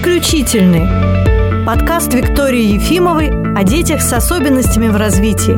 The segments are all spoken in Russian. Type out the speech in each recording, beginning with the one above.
«Исключительный» – подкаст Виктории Ефимовой о детях с особенностями в развитии.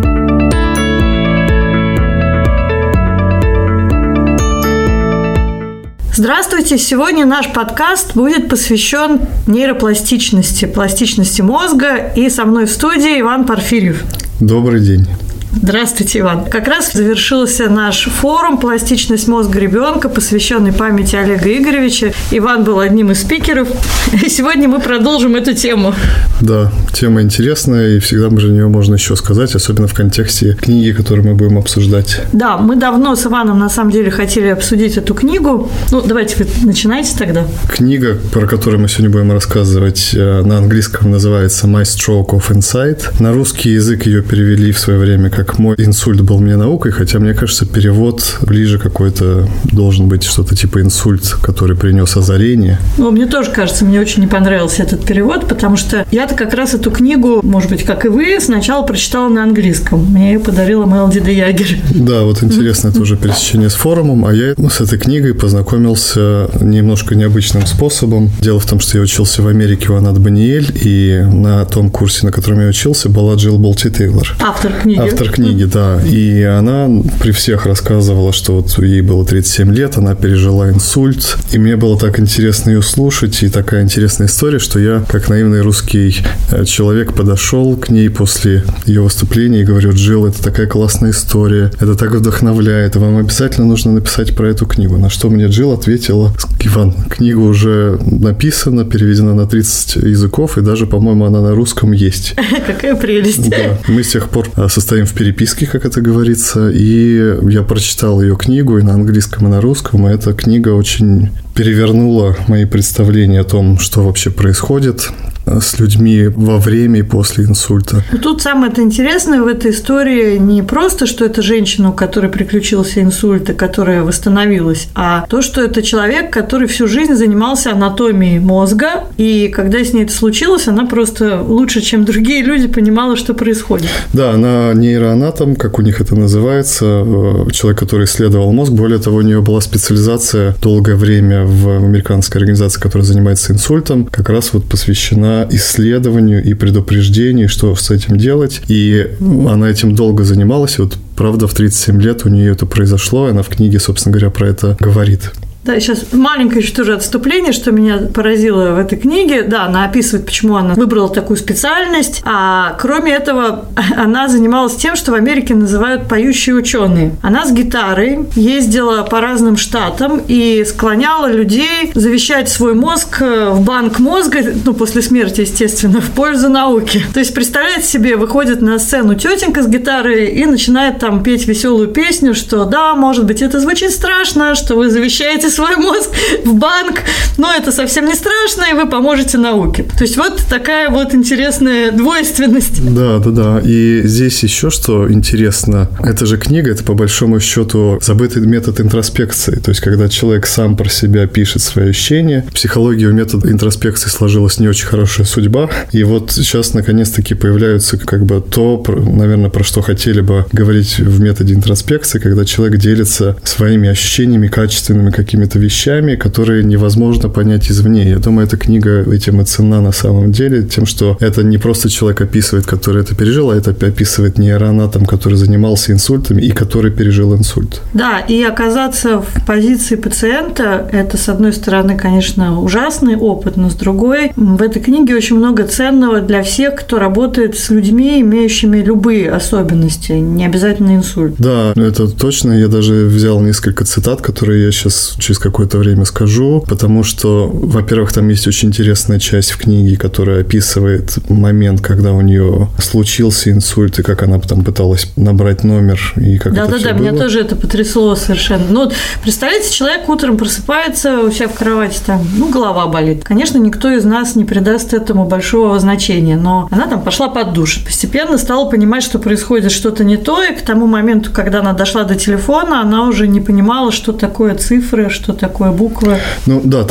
Здравствуйте! Сегодня наш подкаст будет посвящен нейропластичности, пластичности мозга. И со мной в студии Иван Порфирьев. Добрый день! Здравствуйте, Иван. Как раз завершился наш форум «Пластичность мозга ребенка», посвященный памяти Олега Игоревича. Иван был одним из спикеров. И сегодня мы продолжим эту тему. Да, тема интересная, и всегда про нее можно еще сказать, особенно в контексте книги, которую мы будем обсуждать. Да, мы давно с Иваном, на самом деле, хотели обсудить эту книгу. Давайте вы начинайте тогда. Книга, про которую мы сегодня будем рассказывать, на английском называется «My Stroke of Insight». На русский язык ее перевели в свое время как «Мой инсульт был мне наукой», хотя, мне кажется, перевод ближе какой-то должен быть что-то типа «инсульт, который принес озарение». Мне тоже кажется, мне очень не понравился этот перевод, потому что я-то как раз эту книгу, может быть, как и вы, сначала прочитала на английском. Мне ее подарила Мелоди де Ягер. Да, вот интересное тоже пересечение с форумом, а я с этой книгой познакомился немножко необычным способом. Дело в том, что я учился в Америке у Анат Баниэль, и на том курсе, на котором я учился, была Джилл Болти-Тейлор. Автор книги, да. И она при всех рассказывала, что вот ей было 37 лет, она пережила инсульт. И мне было так интересно ее слушать, и такая интересная история, что я, как наивный русский человек, подошел к ней после ее выступления и говорю: Джилл, это такая классная история, это так вдохновляет, вам обязательно нужно написать про эту книгу. На что мне Джилл ответила: Иван, книга уже написана, переведена на 30 языков, и даже, по-моему, она на русском есть. Какая прелесть. Да. Мы с тех пор состоим в переписке, как это говорится, и я прочитал ее книгу и на английском, и на русском, и эта книга очень перевернула мои представления о том, что вообще происходит с людьми во время и после инсульта. Тут самое-то интересное в этой истории не просто, что это женщина, у которой приключился инсульт, и которая восстановилась, а то, что это человек, который всю жизнь занимался анатомией мозга, и когда с ней это случилось, она просто лучше, чем другие люди, понимала, что происходит. Да, она нейроанатом, как у них это называется, человек, который исследовал мозг. Более того, у нее была специализация долгое время в американской организации, которая занимается инсультом, как раз вот посвящена исследованию и предупреждению, что с этим делать. И она этим долго занималась. И вот, правда, в 37 лет у нее это произошло, и она в книге, собственно говоря, про это говорит. Да, сейчас маленькое еще тоже отступление, что меня поразило в этой книге. Да, она описывает, почему она выбрала такую специальность, а кроме этого она занималась тем, что в Америке называют поющие ученые. Она с гитарой ездила по разным штатам и склоняла людей завещать свой мозг в банк мозга, после смерти, естественно, в пользу науки. То есть, представляете себе, выходит на сцену тетенька с гитарой и начинает там петь веселую песню, что да, может быть, это звучит страшно, что вы завещаете свой мозг в банк, но это совсем не страшно, и вы поможете науке. То есть, вот такая вот интересная двойственность. Да. И здесь еще что интересно, эта же книга, это по большому счету забытый метод интроспекции. То есть, когда человек сам про себя пишет свои ощущения, в психологии у метода интроспекции сложилась не очень хорошая судьба. И вот сейчас, наконец-таки, появляются то, наверное, про что хотели бы говорить в методе интроспекции, когда человек делится своими ощущениями, качественными какими-то вещами, которые невозможно понять извне. Я думаю, эта книга этим и ценна на самом деле, тем, что это не просто человек описывает, который это пережил, а это описывает нейроанатом, который занимался инсультами и который пережил инсульт. Да, и оказаться в позиции пациента – это, с одной стороны, конечно, ужасный опыт, но с другой, в этой книге очень много ценного для всех, кто работает с людьми, имеющими любые особенности, не обязательно инсульт. Да, это точно. Я даже взял несколько цитат, которые я сейчас через какое-то время скажу, потому что, во-первых, там есть очень интересная часть в книге, которая описывает момент, когда у нее случился инсульт, и как она там пыталась набрать номер, и как это все было. Меня тоже это потрясло совершенно. Представляете, человек утром просыпается у себя в кровати, голова болит. Конечно, никто из нас не придаст этому большого значения, но она там пошла под душ, постепенно стала понимать, что происходит что-то не то, и к тому моменту, когда она дошла до телефона, она уже не понимала, что такое цифры, что такое буквы. Там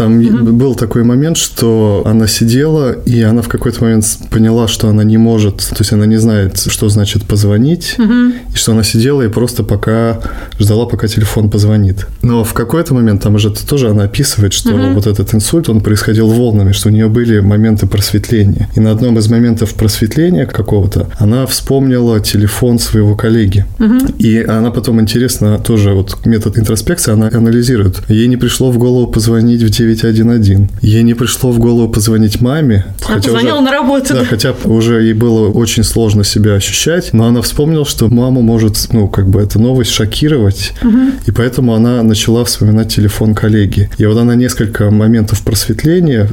был такой момент, что она сидела, и она в какой-то момент поняла, что она не может, то есть она не знает, что значит позвонить, и что она сидела и просто ждала, пока телефон позвонит. Но в какой-то момент, там уже тоже она описывает, что вот этот инсульт, он происходил волнами, что у нее были моменты просветления. И на одном из моментов просветления какого-то она вспомнила телефон своего коллеги. И она потом, интересно, тоже вот метод интроспекции, она анализирует. Ей не пришло в голову позвонить в 911. Ей не пришло в голову позвонить маме. Она позвонила на работу. Да, хотя уже ей было очень сложно себя ощущать, но она вспомнила, что маму может, эта новость шокировать, и поэтому она начала вспоминать телефон коллеги. И вот она за несколько моментов просветления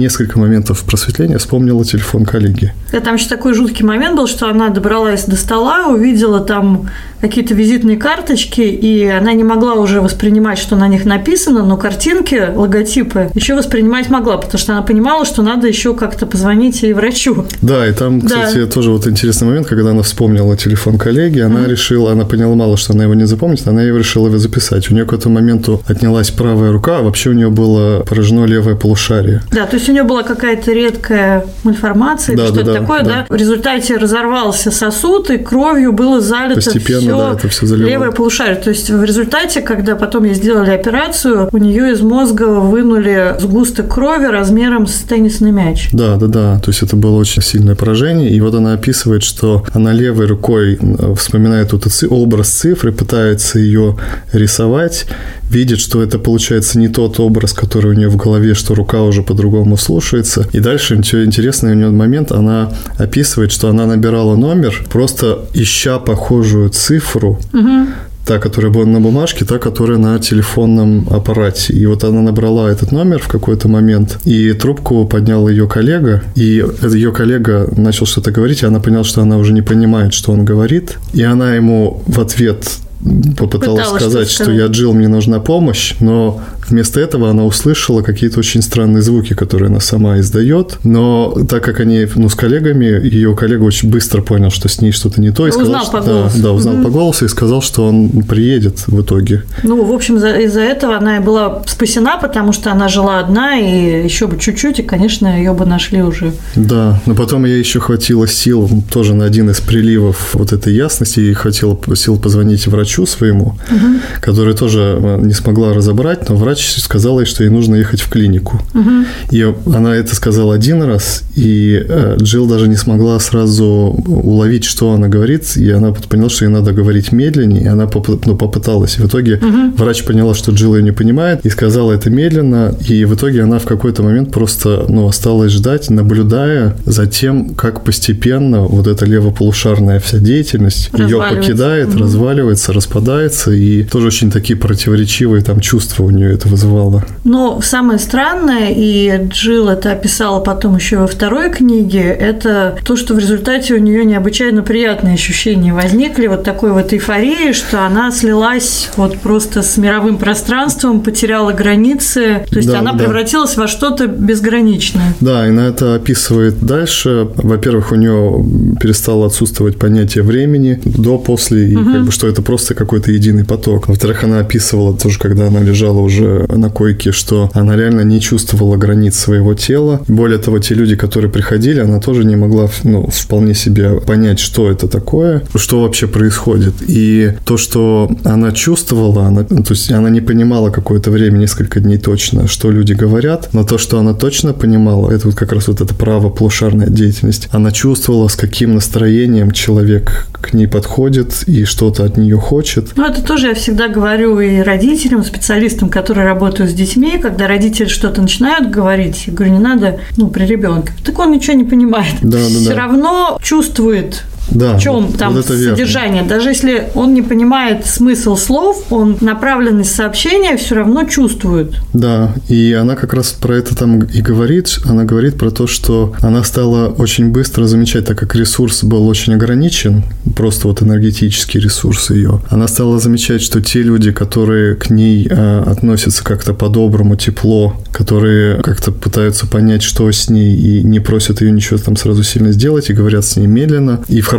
вспомнила телефон коллеги. Там еще такой жуткий момент был, что она добралась до стола, увидела там какие-то визитные карточки, и она не могла уже воспринимать, что на них написано, но картинки, логотипы еще воспринимать могла, потому что она понимала, что надо еще как-то позвонить и врачу. Да, и там, кстати, тоже вот интересный момент, когда она вспомнила телефон коллеги, она решила, она поняла, что она его не запомнит, она его решила записать. У нее к этому моменту отнялась правая рука, а вообще у нее было поражено левое полушарие. Да, то есть у нее была какая-то редкая мальформация, или что-то такое, да? В результате разорвался сосуд, и кровью было залито постепенно, это все заливало. Левое полушарие. То есть в результате, когда потом ей сделали операцию, у нее из мозга вынули сгусток крови размером с теннисный мяч. Да. То есть это было очень сильное поражение. И вот она описывает, что она левой рукой вспоминает образ цифры, пытается ее рисовать, видит, что это получается не тот образ, который у нее в голове, что рука уже по-другому слушается. И дальше интересный у нее момент, она описывает, что она набирала номер, просто ища похожую цифру, та, которая была на бумажке, та, которая на телефонном аппарате. И вот она набрала этот номер в какой-то момент, и трубку поднял ее коллега, и ее коллега начал что-то говорить, и она поняла, что она уже не понимает, что он говорит, и она ему в ответ попыталась сказать, что Джилл, мне нужна помощь, но вместо этого она услышала какие-то очень странные звуки, которые она сама издает, но так как они, с коллегами, ее коллега очень быстро понял, что с ней что-то не то, и сказал, по голосу. Узнал по голосу и сказал, что он приедет в итоге. В общем, из-за этого она и была спасена, потому что она жила одна, и еще бы чуть-чуть, и, конечно, ее бы нашли уже. Да, но потом ей еще хватило сил тоже на один из приливов вот этой ясности, ей хватило сил позвонить врачу своему, который тоже не смогла разобрать, но врач сказал ей, что ей нужно ехать в клинику. И она это сказала один раз, и Джилл даже не смогла сразу уловить, что она говорит, и она поняла, что ей надо говорить медленнее, и она попыталась. И в итоге врач поняла, что Джилл ее не понимает, и сказала это медленно, и в итоге она в какой-то момент просто осталась ждать, наблюдая за тем, как постепенно вот эта левополушарная вся деятельность ее покидает, разваливается, распадается, и тоже очень такие противоречивые там чувства у нее это вызывало. Но самое странное, и Джилл это описала потом еще во второй книге, это то, что в результате у нее необычайно приятные ощущения возникли, вот такой вот эйфории, что она слилась вот просто с мировым пространством, потеряла границы, то есть она превратилась во что-то безграничное. Да, и на это описывает дальше. Во-первых, у нее перестало отсутствовать понятие времени до, после, и что это просто какой-то единый поток. Во-вторых, она описывала тоже, когда она лежала уже на койке, что она реально не чувствовала границ своего тела. Более того, те люди, которые приходили, она тоже не могла вполне себе понять, что это такое, что вообще происходит. И то, что она чувствовала, то есть она не понимала какое-то время, несколько дней точно, что люди говорят, но то, что она точно понимала, это вот как раз вот эта правополушарная деятельность. Она чувствовала, с каким настроением человек к ней подходит и что-то от нее хочет. Это тоже я всегда говорю и родителям, специалистам, которые работают с детьми, когда родители что-то начинают говорить, я говорю, не надо, при ребенке. Так он ничего не понимает. Все равно чувствует. В чем там вот содержание. Верно. Даже если он не понимает смысл слов, он направленность сообщения все равно чувствует. Да, и она как раз про это там и говорит. Она говорит про то, что она стала очень быстро замечать, так как ресурс был очень ограничен, просто вот энергетический ресурс ее. Она стала замечать, что те люди, которые к ней относятся как-то по-доброму, тепло, которые как-то пытаются понять, что с ней, и не просят ее ничего там сразу сильно сделать, и говорят с ней медленно, и в хорошем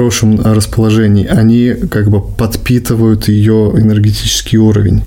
хорошем расположении, они как бы подпитывают ее энергетический уровень.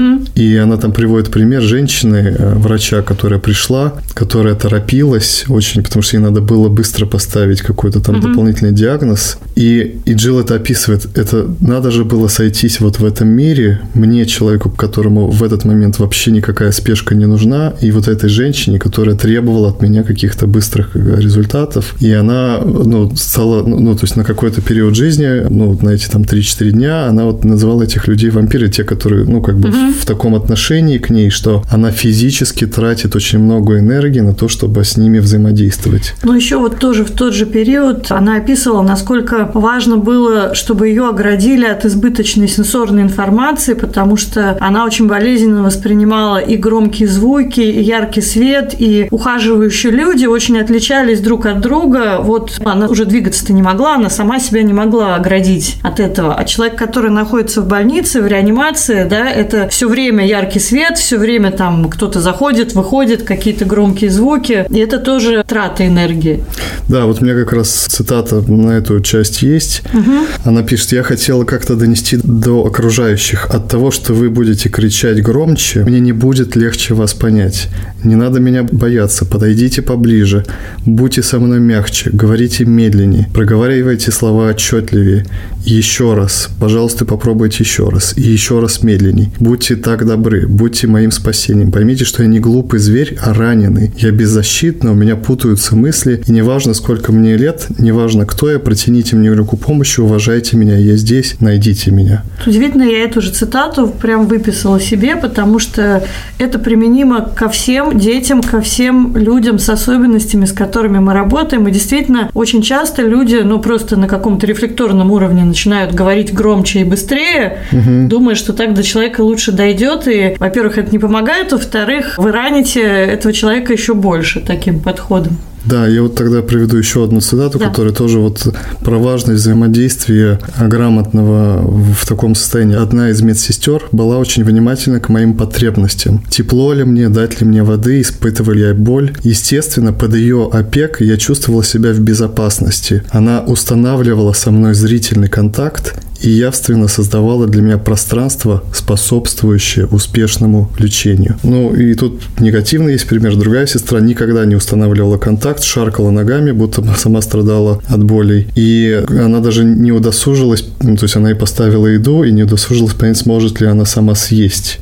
И она там приводит пример женщины, врача, которая пришла, которая торопилась очень, потому что ей надо было быстро поставить какой-то там дополнительный диагноз. И Джилл это описывает. Это надо же было сойтись вот в этом мире, мне, человеку, которому в этот момент вообще никакая спешка не нужна, и вот этой женщине, которая требовала от меня каких-то быстрых результатов. И она, стала, то есть на какой-то период жизни, на эти там 3-4 дня, она вот называла этих людей вампиры, те, которые, как бы в таком отношении к ней, что она физически тратит очень много энергии на то, чтобы с ними взаимодействовать. Еще вот тоже в тот же период она описывала, насколько важно было, чтобы ее оградили от избыточной сенсорной информации, потому что она очень болезненно воспринимала и громкие звуки, и яркий свет, и ухаживающие люди очень отличались друг от друга. Вот она уже двигаться-то не могла, она сама себя не могла оградить от этого. А человек, который находится в больнице, в реанимации, да, это все время яркий свет, все время там кто-то заходит, выходит, какие-то громкие звуки, и это тоже трата энергии. Да, вот у меня как раз цитата на эту часть есть. Она пишет: «Я хотела как-то донести до окружающих: от того, что вы будете кричать громче, мне не будет легче вас понять. Не надо меня бояться, подойдите поближе, будьте со мной мягче, говорите медленнее, проговаривайте слова отчетливее. Еще раз, пожалуйста, попробуйте еще раз, и еще раз медленней. Будьте так добры, будьте моим спасением. Поймите, что я не глупый зверь, а раненый. Я беззащитный, у меня путаются мысли, и неважно, сколько мне лет, неважно, кто я, протяните мне руку помощи, уважайте меня, я здесь, найдите меня». Удивительно, я эту же цитату прям выписала себе, потому что это применимо ко всем детям, ко всем людям с особенностями, с которыми мы работаем. И действительно, очень часто люди, просто на каком-то рефлекторном уровне начинают говорить громче и быстрее, думая, что так до человека лучше дойдет. И, во-первых, это не помогает, во-вторых, вы раните этого человека еще больше таким подходом. Да, я вот тогда приведу еще одну цитату, которая тоже вот про важность взаимодействия грамотного в таком состоянии. Одна из медсестер была очень внимательна к моим потребностям. Тепло ли мне, дать ли мне воды, испытывал я боль. Естественно, под ее опекой я чувствовала себя в безопасности. Она устанавливала со мной зрительный контакт и явственно создавала для меня пространство, способствующее успешному лечению. И тут негативный есть пример. Другая сестра никогда не устанавливала контакт, шаркала ногами, будто сама страдала от болей. И она даже не удосужилась, то есть она и поставила еду, и не удосужилась понять, сможет ли она сама съесть.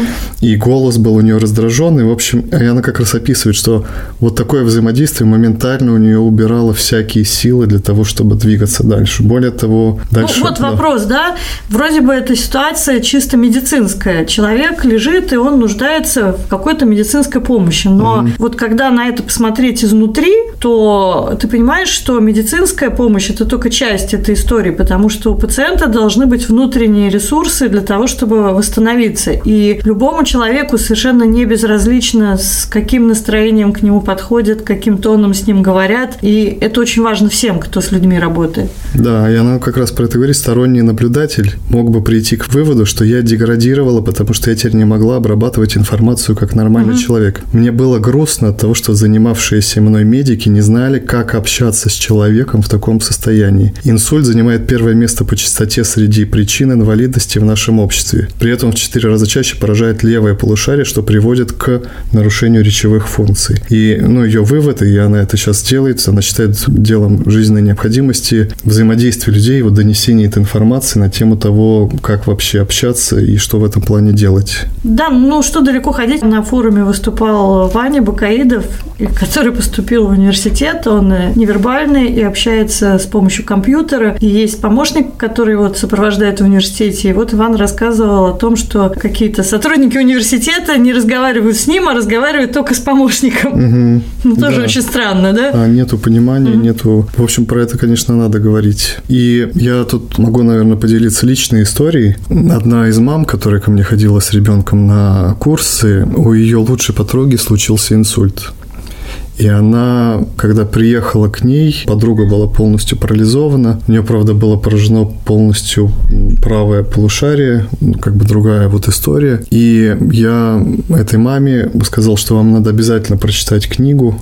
И голос был у нее раздраженный. В общем, и она как раз описывает, что вот такое взаимодействие моментально у нее убирало всякие силы для того, чтобы двигаться дальше. Более того, дальше... Вот вопрос, да? Вроде бы эта ситуация чисто медицинская. Человек лежит, и он нуждается в какой-то медицинской помощи. Но вот когда на это посмотреть изнутри, то ты понимаешь, что медицинская помощь – это только часть этой истории, потому что у пациента должны быть внутренние ресурсы для того, чтобы восстановиться. И любому человеку совершенно не безразлично, с каким настроением к нему подходят, каким тоном с ним говорят. И это очень важно всем, кто с людьми работает. Да, и она как раз про это говорит. Сторонний наблюдатель мог бы прийти к выводу, что я деградировала, потому что я теперь не могла обрабатывать информацию как нормальный человек. Мне было грустно от того, что занимавшиеся мной медики не знали, как общаться с человеком в таком состоянии. Инсульт занимает первое место по частоте среди причин инвалидности в нашем обществе. При этом в 4 раза чаще поражает левое полушарие, что приводит к нарушению речевых функций. И ее вывод, и она это сейчас делает, она считает делом жизненной необходимости взаимодействия людей, донесения этой информации на тему того, как вообще общаться и что в этом плане делать. Да, что далеко ходить. На форуме выступал Ваня Бакаидов, который поступил в университет. Он невербальный и общается с помощью компьютера. И есть помощник, который его сопровождает в университете. И вот Иван рассказывал о том, что какие-то сотрудники университета не разговаривают с ним, а разговаривают только с помощником. Тоже очень странно, да? Нету понимания, нету... В общем, про это, конечно, надо говорить. И я тут могу, наверное, поделиться личной историей. Одна из мам, которая ко мне ходила с ребенком на курсы, у ее лучшей подруги случился инсульт. И она, когда приехала к ней, подруга была полностью парализована. У нее, правда, было поражено полностью правое полушарие, другая история. И я этой маме сказал, что вам надо обязательно прочитать книгу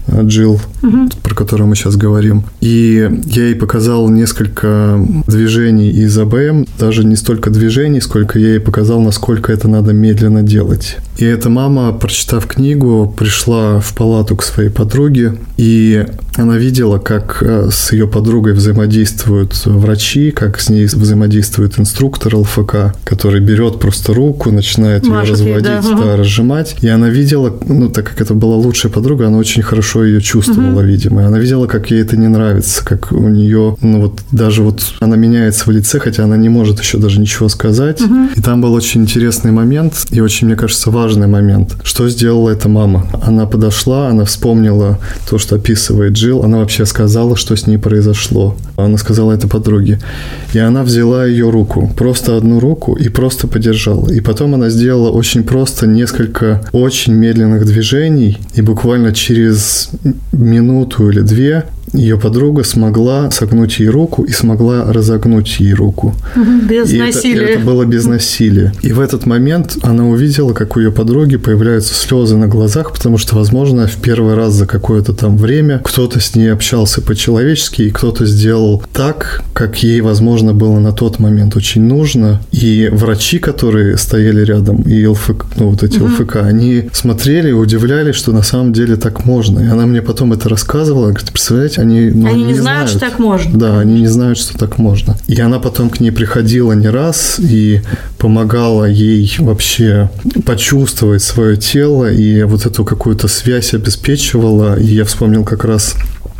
Джилл, про которую мы сейчас говорим. И я ей показал несколько движений из АБМ, даже не столько движений, сколько я ей показал, насколько это надо медленно делать. И эта мама, прочитав книгу, пришла в палату к своей подруге, и она видела, как с ее подругой взаимодействуют врачи, как с ней взаимодействует инструктор ЛФК, который берет просто руку, начинает ее разводить, разжимать. И она видела, так как это была лучшая подруга, она очень хорошо ее чувствовала, видимо. И она видела, как ей это не нравится, как у нее, даже она меняется в лице, хотя она не может еще даже ничего сказать. И там был очень интересный момент, и очень, мне кажется, важный момент. Что сделала эта мама? Она подошла, она вспомнила то, что описывает Джилл, она вообще сказала, что с ней произошло. Она сказала это подруге. И она взяла ее руку, просто одну руку, и просто подержала. И потом она сделала очень просто несколько очень медленных движений, и буквально через минуту или две ее подруга смогла согнуть ей руку и смогла разогнуть ей руку. Без насилия. Это было без насилия. И в этот момент она увидела, как у ее подруги появляются слезы на глазах, потому что, возможно, в первый раз за какое-то там время кто-то с ней общался по-человечески, и кто-то сделал так, как ей, возможно, было на тот момент очень нужно. И врачи, которые стояли рядом, и ЛФК, ЛФК, они смотрели и удивлялись, что на самом деле так можно. И она мне потом это рассказывала, говорит, представляете, они не знают, что так можно. Да, они не знают, что так можно. И она потом к ней приходила не раз и помогала ей вообще почувствовать свое тело, и вот эту какую-то связь обеспечивала. И я вспомнил как раз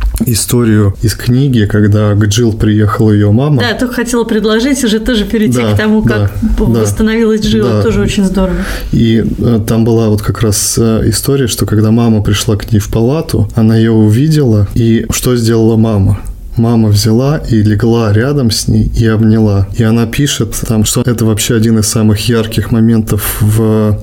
историю из книги, когда к Джилл приехала ее мама. Да, я только хотела предложить уже тоже перейти к тому, как восстановилась Джилл. Тоже очень здорово. И там была вот как раз история, что когда мама пришла к ней в палату, она ее увидела, и что сделала мама? Мама взяла и легла рядом с ней и обняла. И она пишет там, что это вообще один из самых ярких моментов в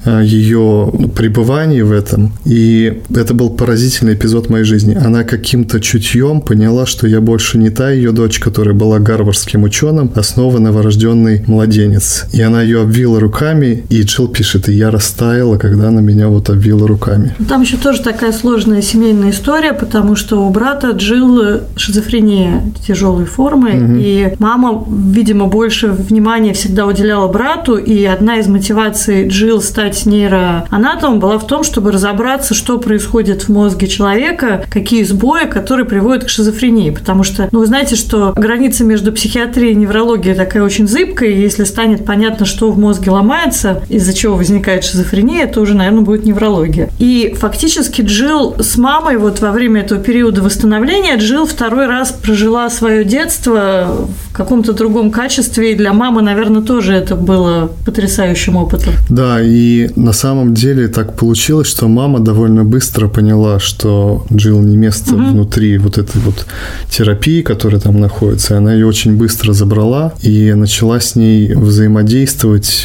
ее пребывании в этом. И это был поразительный эпизод моей жизни. Она каким-то чутьем поняла, что я больше не та ее дочь, которая была гарвардским ученым, а снова новорожденный младенец. И она ее обвила руками, и Джилл пишет, и я растаяла, когда она меня обвила руками. Там еще тоже такая сложная семейная история, потому что у брата Джилл шизофрения тяжелой формы, и мама, видимо, больше внимания всегда уделяла брату, и одна из мотиваций Джилл стать нейроанатомом была в том, чтобы разобраться, что происходит в мозге человека, какие сбои, которые приводят к шизофрении, потому что, вы знаете, что граница между психиатрией и неврологией такая очень зыбкая, и если станет понятно, что в мозге ломается, из-за чего возникает шизофрения, то уже, наверное, будет неврология. И фактически Джилл с мамой во время этого периода восстановления Джилл второй раз прожила свое детство в каком-то другом качестве, и для мамы, наверное, тоже это было потрясающим опытом. Да, и на самом деле так получилось, что мама довольно быстро поняла, что Джилл не место внутри вот этой вот терапии, которая там находится, и она ее очень быстро забрала и начала с ней взаимодействовать.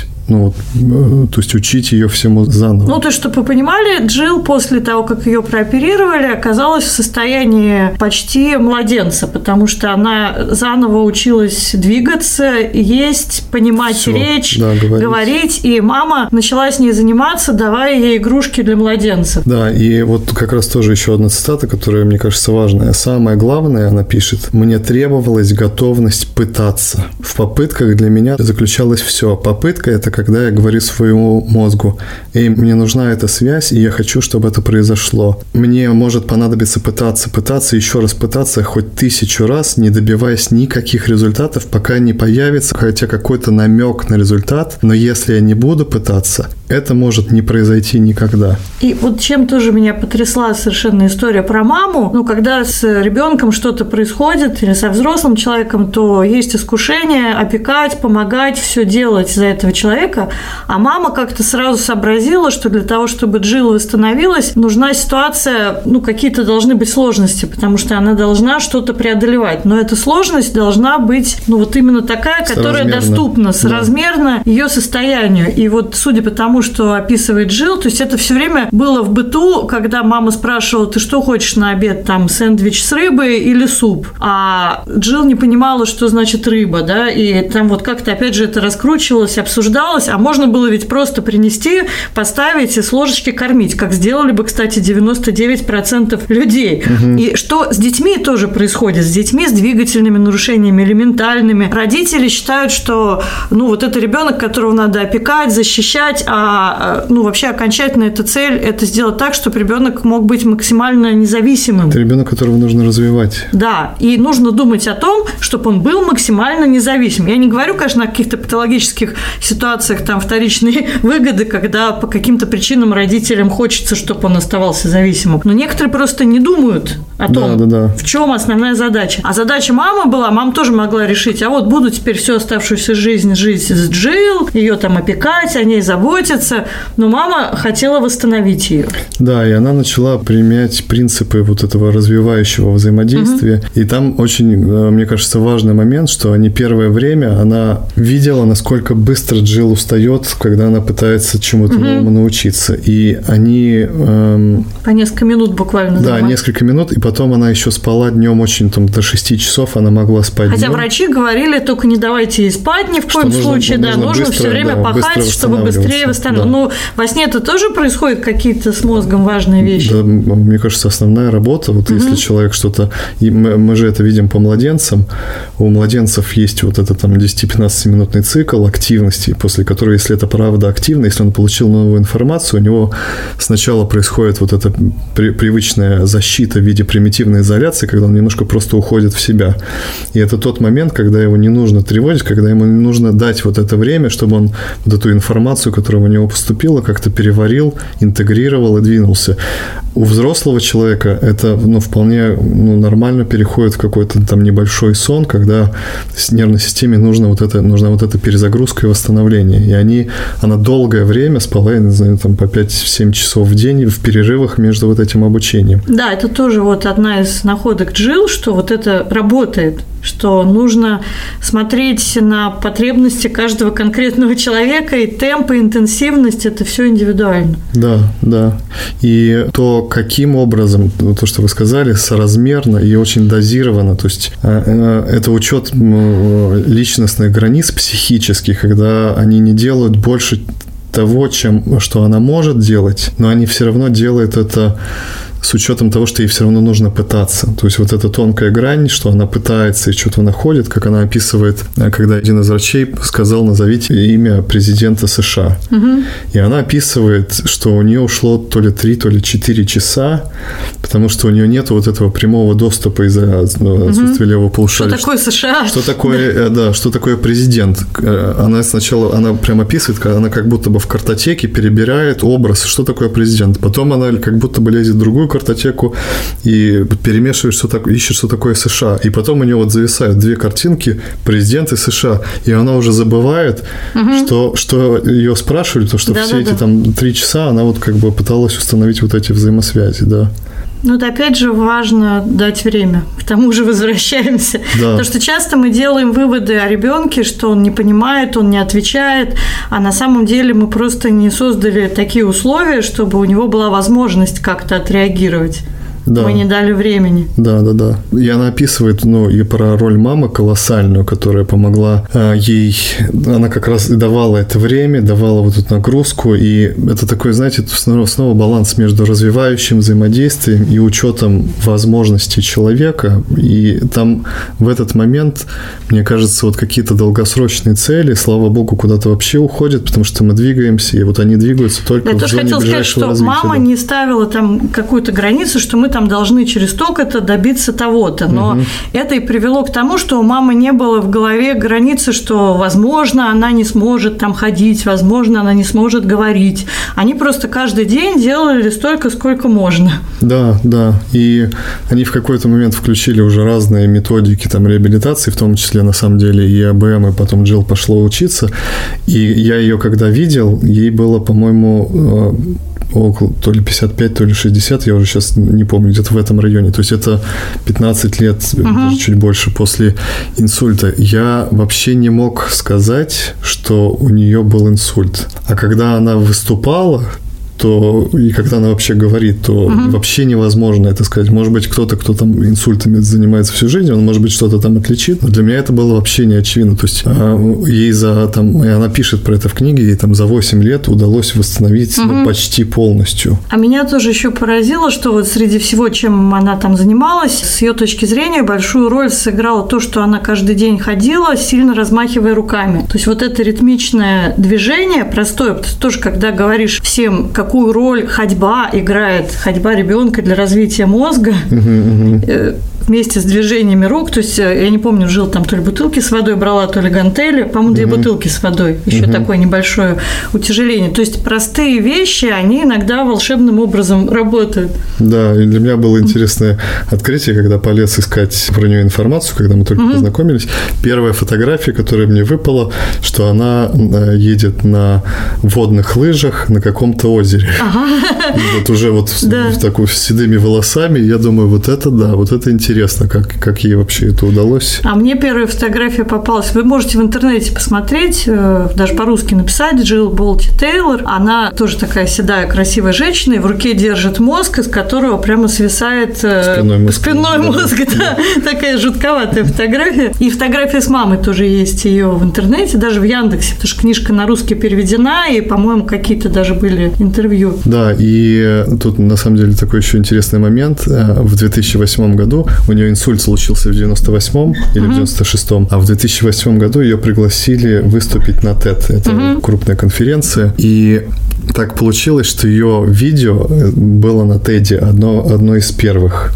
То есть учить ее всему заново. То есть, чтобы вы понимали, Джилл после того, как ее прооперировали, оказалась в состоянии почти младенца, потому что она заново училась двигаться, есть, понимать речь, говорить, и мама начала с ней заниматься, давая ей игрушки для младенцев. Да, и вот как раз тоже еще одна цитата, которая, мне кажется, важная. Самое главное, она пишет, «Мне требовалась готовность пытаться. В попытках для меня заключалось все. Попытка – это когда я говорю своему мозгу, мне нужна эта связь, и я хочу, чтобы это произошло. Мне может понадобиться пытаться, еще раз пытаться хоть 1000 раз, не добиваясь никаких результатов, пока не появится хотя какой-то намек на результат, но если я не буду пытаться, это может не произойти никогда». И вот чем тоже меня потрясла совершенно история про маму, когда с ребенком что-то происходит, или со взрослым человеком, то есть искушение опекать, помогать, все делать за этого человека, а мама как-то сразу сообразила, что для того, чтобы Джилл восстановилась, нужна ситуация, какие-то должны быть сложности, потому что она должна что-то преодолевать, но эта сложность должна быть, именно такая, которая доступна, соразмерна ее состоянию. И вот судя по тому, что описывает Джилл, то есть это все время было в быту, когда мама спрашивала, ты что хочешь на обед, там, сэндвич с рыбой или суп? А Джилл не понимала, что значит рыба, да, и там вот как-то, опять же, это раскручивалось, обсуждалось, занималась, а можно было ведь просто принести, поставить и с ложечки кормить, как сделали бы, кстати, 99% людей. И что с детьми тоже происходит? С детьми с двигательными нарушениями, элементальными. Родители считают, что, вот это ребенок, которого надо опекать, защищать, а, вообще окончательно эта цель – это сделать так, чтобы ребенок мог быть максимально независимым. Это ребенок, которого нужно развивать. Да, и нужно думать о том, чтобы он был максимально независим. Я не говорю, конечно, о каких-то патологических ситуациях, там, вторичной выгоды, когда по каким-то причинам родителям хочется, чтобы он оставался зависимым. Но некоторые просто не думают о том, в чем основная задача. А задача мамы была, мама тоже могла решить, а вот буду теперь всю оставшуюся жизнь жить с Джилл, ее там опекать, о ней заботиться, но мама хотела восстановить ее. Да, и она начала применять принципы вот этого развивающего взаимодействия. И там очень, мне кажется, важный момент, что они первое время, она видела, насколько быстро Джилл устает, когда она пытается чему-то новому научиться. И они... По несколько минут буквально. Да, несколько минут, и потом она еще спала днем очень, там, до 6 часов она могла спать. Хотя врачи говорили, только не давайте ей спать ни в коем случае, нужно все время пахать, чтобы быстрее восстанавливаться. Но во сне это тоже происходят какие-то с мозгом важные вещи? Да, мне кажется, основная работа, вот если человек что-то... И мы же это видим по младенцам. У младенцев есть вот этот там 10-15-минутный цикл активности, после которой, если это правда активно, если он получил новую информацию, у него сначала происходит вот эта привычная защита в виде примитивной изоляции, когда он немножко просто уходит в себя. И это тот момент, когда его не нужно тревожить, когда ему нужно дать вот это время, чтобы он вот эту информацию, которая у него поступила, как-то переварил, интегрировал и двинулся. У взрослого человека это вполне нормально переходит в какой-то там небольшой сон, когда нервной системе нужна вот эта перезагрузка и восстановление. И она долгое время спала, я не знаю, там по 5-7 часов в день в перерывах между вот этим обучением. Да, это тоже вот одна из находок Джилл, что вот это работает, что нужно смотреть на потребности каждого конкретного человека, и темп, и интенсивность – это все индивидуально. Да. И то, каким образом, то, что вы сказали, соразмерно и очень дозировано, то есть это учет личностных границ психических, когда они не делают больше того, что она может делать, но они все равно делают это с учетом того, что ей все равно нужно пытаться. То есть вот эта тонкая грань, что она пытается и что-то находит, как она описывает, когда один из врачей сказал: назовите имя президента США. И она описывает, что у нее ушло то ли 3, то ли 4 часа, потому что у нее нет вот этого прямого доступа из-за отсутствия левого полушария. Что такое США? Что такое президент? Она прям описывает, она как будто бы в картотеке перебирает образ, что такое президент. Потом она как будто бы лезет в другую картотеку и перемешивает, ищет, что такое США. И потом у нее вот зависают 2 картинки президенты США. И она уже забывает, что ее спрашивали, то, что все эти там 3 часа она вот как бы пыталась установить вот эти взаимосвязи, да. Вот опять же важно дать время. К тому же возвращаемся. Да. Потому что часто мы делаем выводы о ребенке, что он не понимает, он не отвечает, а на самом деле мы просто не создали такие условия, чтобы у него была возможность как-то отреагировать. Да. Мы не дали времени. Да. И она описывает, и про роль мамы колоссальную, которая помогла ей. Она как раз и давала это время, давала вот эту нагрузку. И это такой, знаете, снова баланс между развивающим взаимодействием и учетом возможностей человека. И там в этот момент, мне кажется, вот какие-то долгосрочные цели, слава богу, куда-то вообще уходят, потому что мы двигаемся, и вот они двигаются только в зоне ближайшего развития. Я тоже хотела сказать, что мама не ставила там какую-то границу, что мы там должны через столько-то добиться того-то. Но это и привело к тому, что у мамы не было в голове границы, что, возможно, она не сможет там ходить, возможно, она не сможет говорить. Они просто каждый день делали столько, сколько можно. Да. И они в какой-то момент включили уже разные методики там реабилитации, в том числе, на самом деле, и АБМ, и потом Джилл пошла учиться. И я ее когда видел, ей было, по-моему, около то ли 55, то ли 60, я уже сейчас не помню, где-то в этом районе. То есть это 15 лет, даже чуть больше после инсульта. Я вообще не мог сказать, что у нее был инсульт. А когда она выступала, то и когда она вообще говорит, то вообще невозможно это сказать. Может быть, кто там инсультами занимается всю жизнь, он, может быть, что-то там отличит, но для меня это было вообще не очевидно. То есть ей и она пишет про это в книге, ей там за 8 лет удалось восстановить почти полностью. А меня тоже еще поразило, что вот среди всего, чем она там занималась, с ее точки зрения большую роль сыграло то, что она каждый день ходила, сильно размахивая руками. То есть вот это ритмичное движение, простое, потому что тоже, когда говоришь всем, какую роль ходьба играет, ходьба ребенка для развития мозга, вместе с движениями рук, то есть я не помню, жил там то ли бутылки с водой брала, то ли гантели, по-моему, 2 бутылки с водой, еще такое небольшое утяжеление. То есть простые вещи, они иногда волшебным образом работают. Да, и для меня было интересное открытие, когда полез искать про нее информацию, когда мы только познакомились. Первая фотография, которая мне выпала, что она едет на водных лыжах на каком-то озере. Вот уже вот с седыми волосами. Я думаю, вот это интересно, как ей вообще это удалось. А мне первая фотография попалась. Вы можете в интернете посмотреть, даже по-русски написать, Джилл Болти Тейлор. Она тоже такая седая, красивая женщина, и в руке держит мозг, из которого прямо свисает спинной мозг. Да. Такая жутковатая фотография. И фотография с мамой тоже есть ее в интернете, даже в Яндексе, потому что книжка на русский переведена, и, по-моему, какие-то даже были интервью. Да, и тут на самом деле такой еще интересный момент. В 2008 году у нее инсульт случился в 98-м или в 96-м, а в 2008 году ее пригласили выступить на TED. Это крупная конференция. И так получилось, что ее видео было на TED, одно из первых.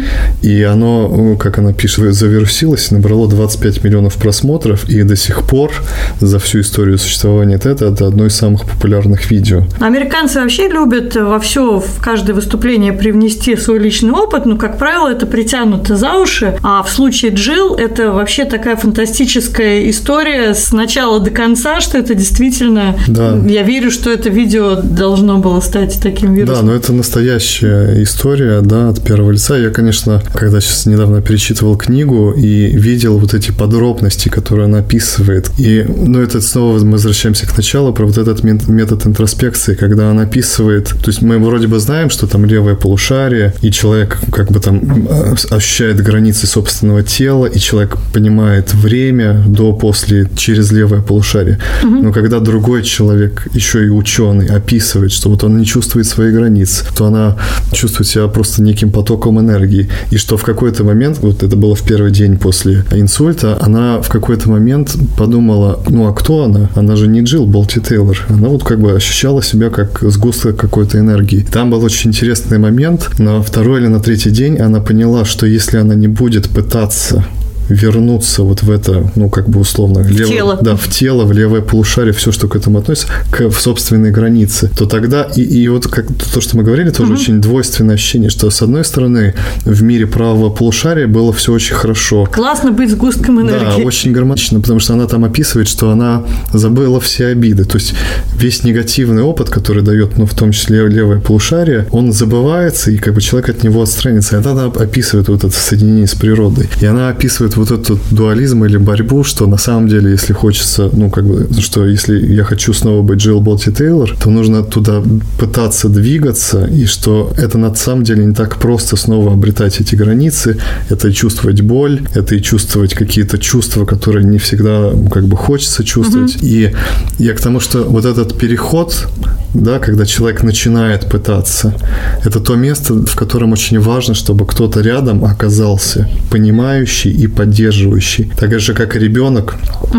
И оно, как она пишет, завирусилось и набрало 25 миллионов просмотров, и до сих пор за всю историю существования TED это одно из самых популярных видео. Американцы вообще любят в каждое выступление привнести свой личный опыт, но, как правило, это притянуто за уши, а в случае Джилл это вообще такая фантастическая история с начала до конца, что это действительно... Да. Я верю, что это видео должно было стать таким вирусом. Да, но это настоящая история, да, от первого лица. Я, конечно, когда сейчас недавно перечитывал книгу и видел вот эти подробности, которые она описывает, это снова мы возвращаемся к началу про вот этот метод интроспекции, когда она описывает, то есть мы вроде бы знаем, что там левое полушарие, и человек как бы там ощущает границы собственного тела, и человек понимает время до-после через левое полушарие. Но когда другой человек, еще и ученый, описывает, что вот он не чувствует свои границы, то она чувствует себя просто неким потоком энергии, и что в какой-то момент, вот это было в первый день после инсульта, она в какой-то момент подумала, а кто она? Она же не Джилл Болти Тейлор. Она вот как бы ощущала себя как сгусток какой-то энергии. Там был очень интересный момент. На 2-й или на 3-й день она поняла, что если она не будет пытаться вернуться вот в это, условно, в тело, в левое полушарие, все, что к этому относится, в собственной границе, то тогда, и вот как то, что мы говорили, тоже очень двойственное ощущение, что, с одной стороны, в мире правого полушария было все очень хорошо. Классно быть сгустком энергии. Да, очень гармонично, потому что она там описывает, что она забыла все обиды, то есть весь негативный опыт, который дает, в том числе левое полушарие, он забывается, и как бы человек от него отстранится, и она описывает вот это соединение с природой, и она описывает вот этот дуализм или борьбу, что на самом деле, если хочется, что если я хочу снова быть Джилл Болти Тейлор, то нужно туда пытаться двигаться, и что это на самом деле не так просто снова обретать эти границы, это и чувствовать боль, это и чувствовать какие-то чувства, которые не всегда хочется чувствовать. И я к тому, что вот этот переход, да, когда человек начинает пытаться, это то место, в котором очень важно, чтобы кто-то рядом оказался, понимающий и поддерживающий. Так же, как и ребенок.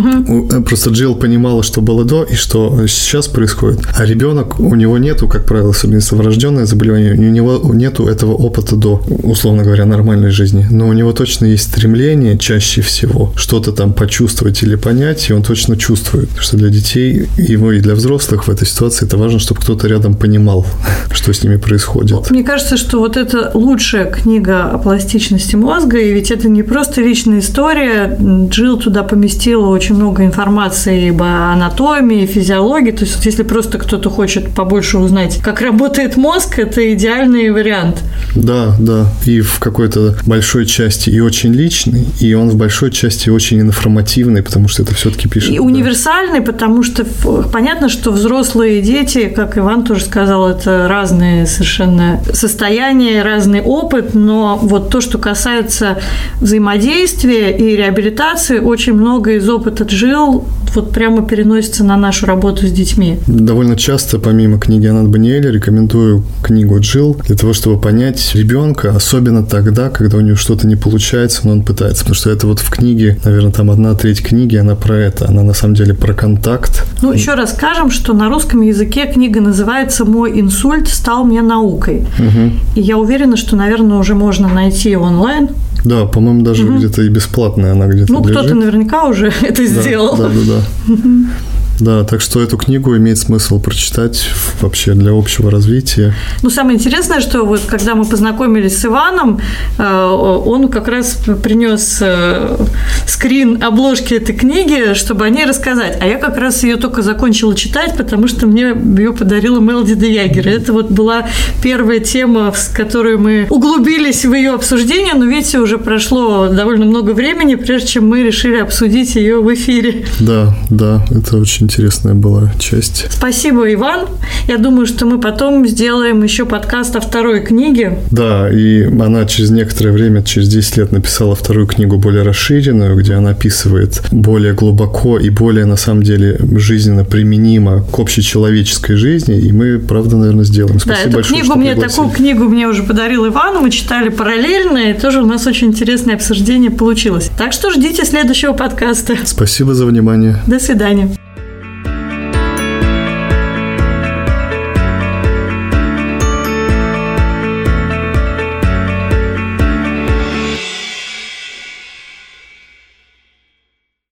Просто Джилл понимала, что было до и что сейчас происходит. А ребенок, у него нету, как правило, особенно если врожденное заболевание, у него нету этого опыта до, условно говоря, нормальной жизни. Но у него точно есть стремление чаще всего что-то там почувствовать или понять, и он точно чувствует, что для детей и для взрослых в этой ситуации это важно, чтобы кто-то рядом понимал, что с ними происходит. Мне кажется, что вот это лучшая книга о пластичности мозга, и ведь это не просто личное интересная история. Джилл туда поместила очень много информации об анатомии, физиологии. То есть, если просто кто-то хочет побольше узнать, как работает мозг, это идеальный вариант. Да, да. И в какой-то большой части и очень личный, и он в большой части очень информативный, потому что это все-таки пишет. И универсальный, потому что понятно, что взрослые и дети, как Иван тоже сказал, это разные совершенно состояния, разный опыт, но вот то, что касается взаимодействия и реабилитации, очень много из опыта Джилл вот прямо переносится на нашу работу с детьми. Довольно часто, помимо книги Анат Баниэля, рекомендую книгу Джилл для того, чтобы понять ребенка, особенно тогда, когда у него что-то не получается, но он пытается. Потому что это вот в книге, наверное, там 1/3 книги, она про это. Она на самом деле про контакт. Ну, еще раз скажем, что на русском языке книга называется «Мой инсульт стал мне наукой». Угу. И я уверена, что, наверное, уже можно найти онлайн. Да, по-моему, даже где-то и бесплатная она где-то лежит. Кто-то наверняка уже это сделал. Да. Да, так что эту книгу имеет смысл прочитать вообще для общего развития. Ну, самое интересное, что вот когда мы познакомились с Иваном, он как раз принес скрин обложки этой книги, чтобы о ней рассказать. А я как раз ее только закончила читать, потому что мне ее подарила Мелоди де Ягер. Это вот была первая тема, с которой мы углубились в ее обсуждение, но, видите, уже прошло довольно много времени, прежде чем мы решили обсудить ее в эфире. Да, это очень интересная была часть. Спасибо, Иван. Я думаю, что мы потом сделаем еще подкаст о второй книге. Да, и она через некоторое время, через 10 лет написала вторую книгу более расширенную, где она описывает более глубоко и более, на самом деле, жизненно применимо к общечеловеческой жизни, и мы, правда, наверное, сделаем. Спасибо большое, что пригласили. Такую книгу мне уже подарил Иван, мы читали параллельно, и тоже у нас очень интересное обсуждение получилось. Так что ждите следующего подкаста. Спасибо за внимание. До свидания.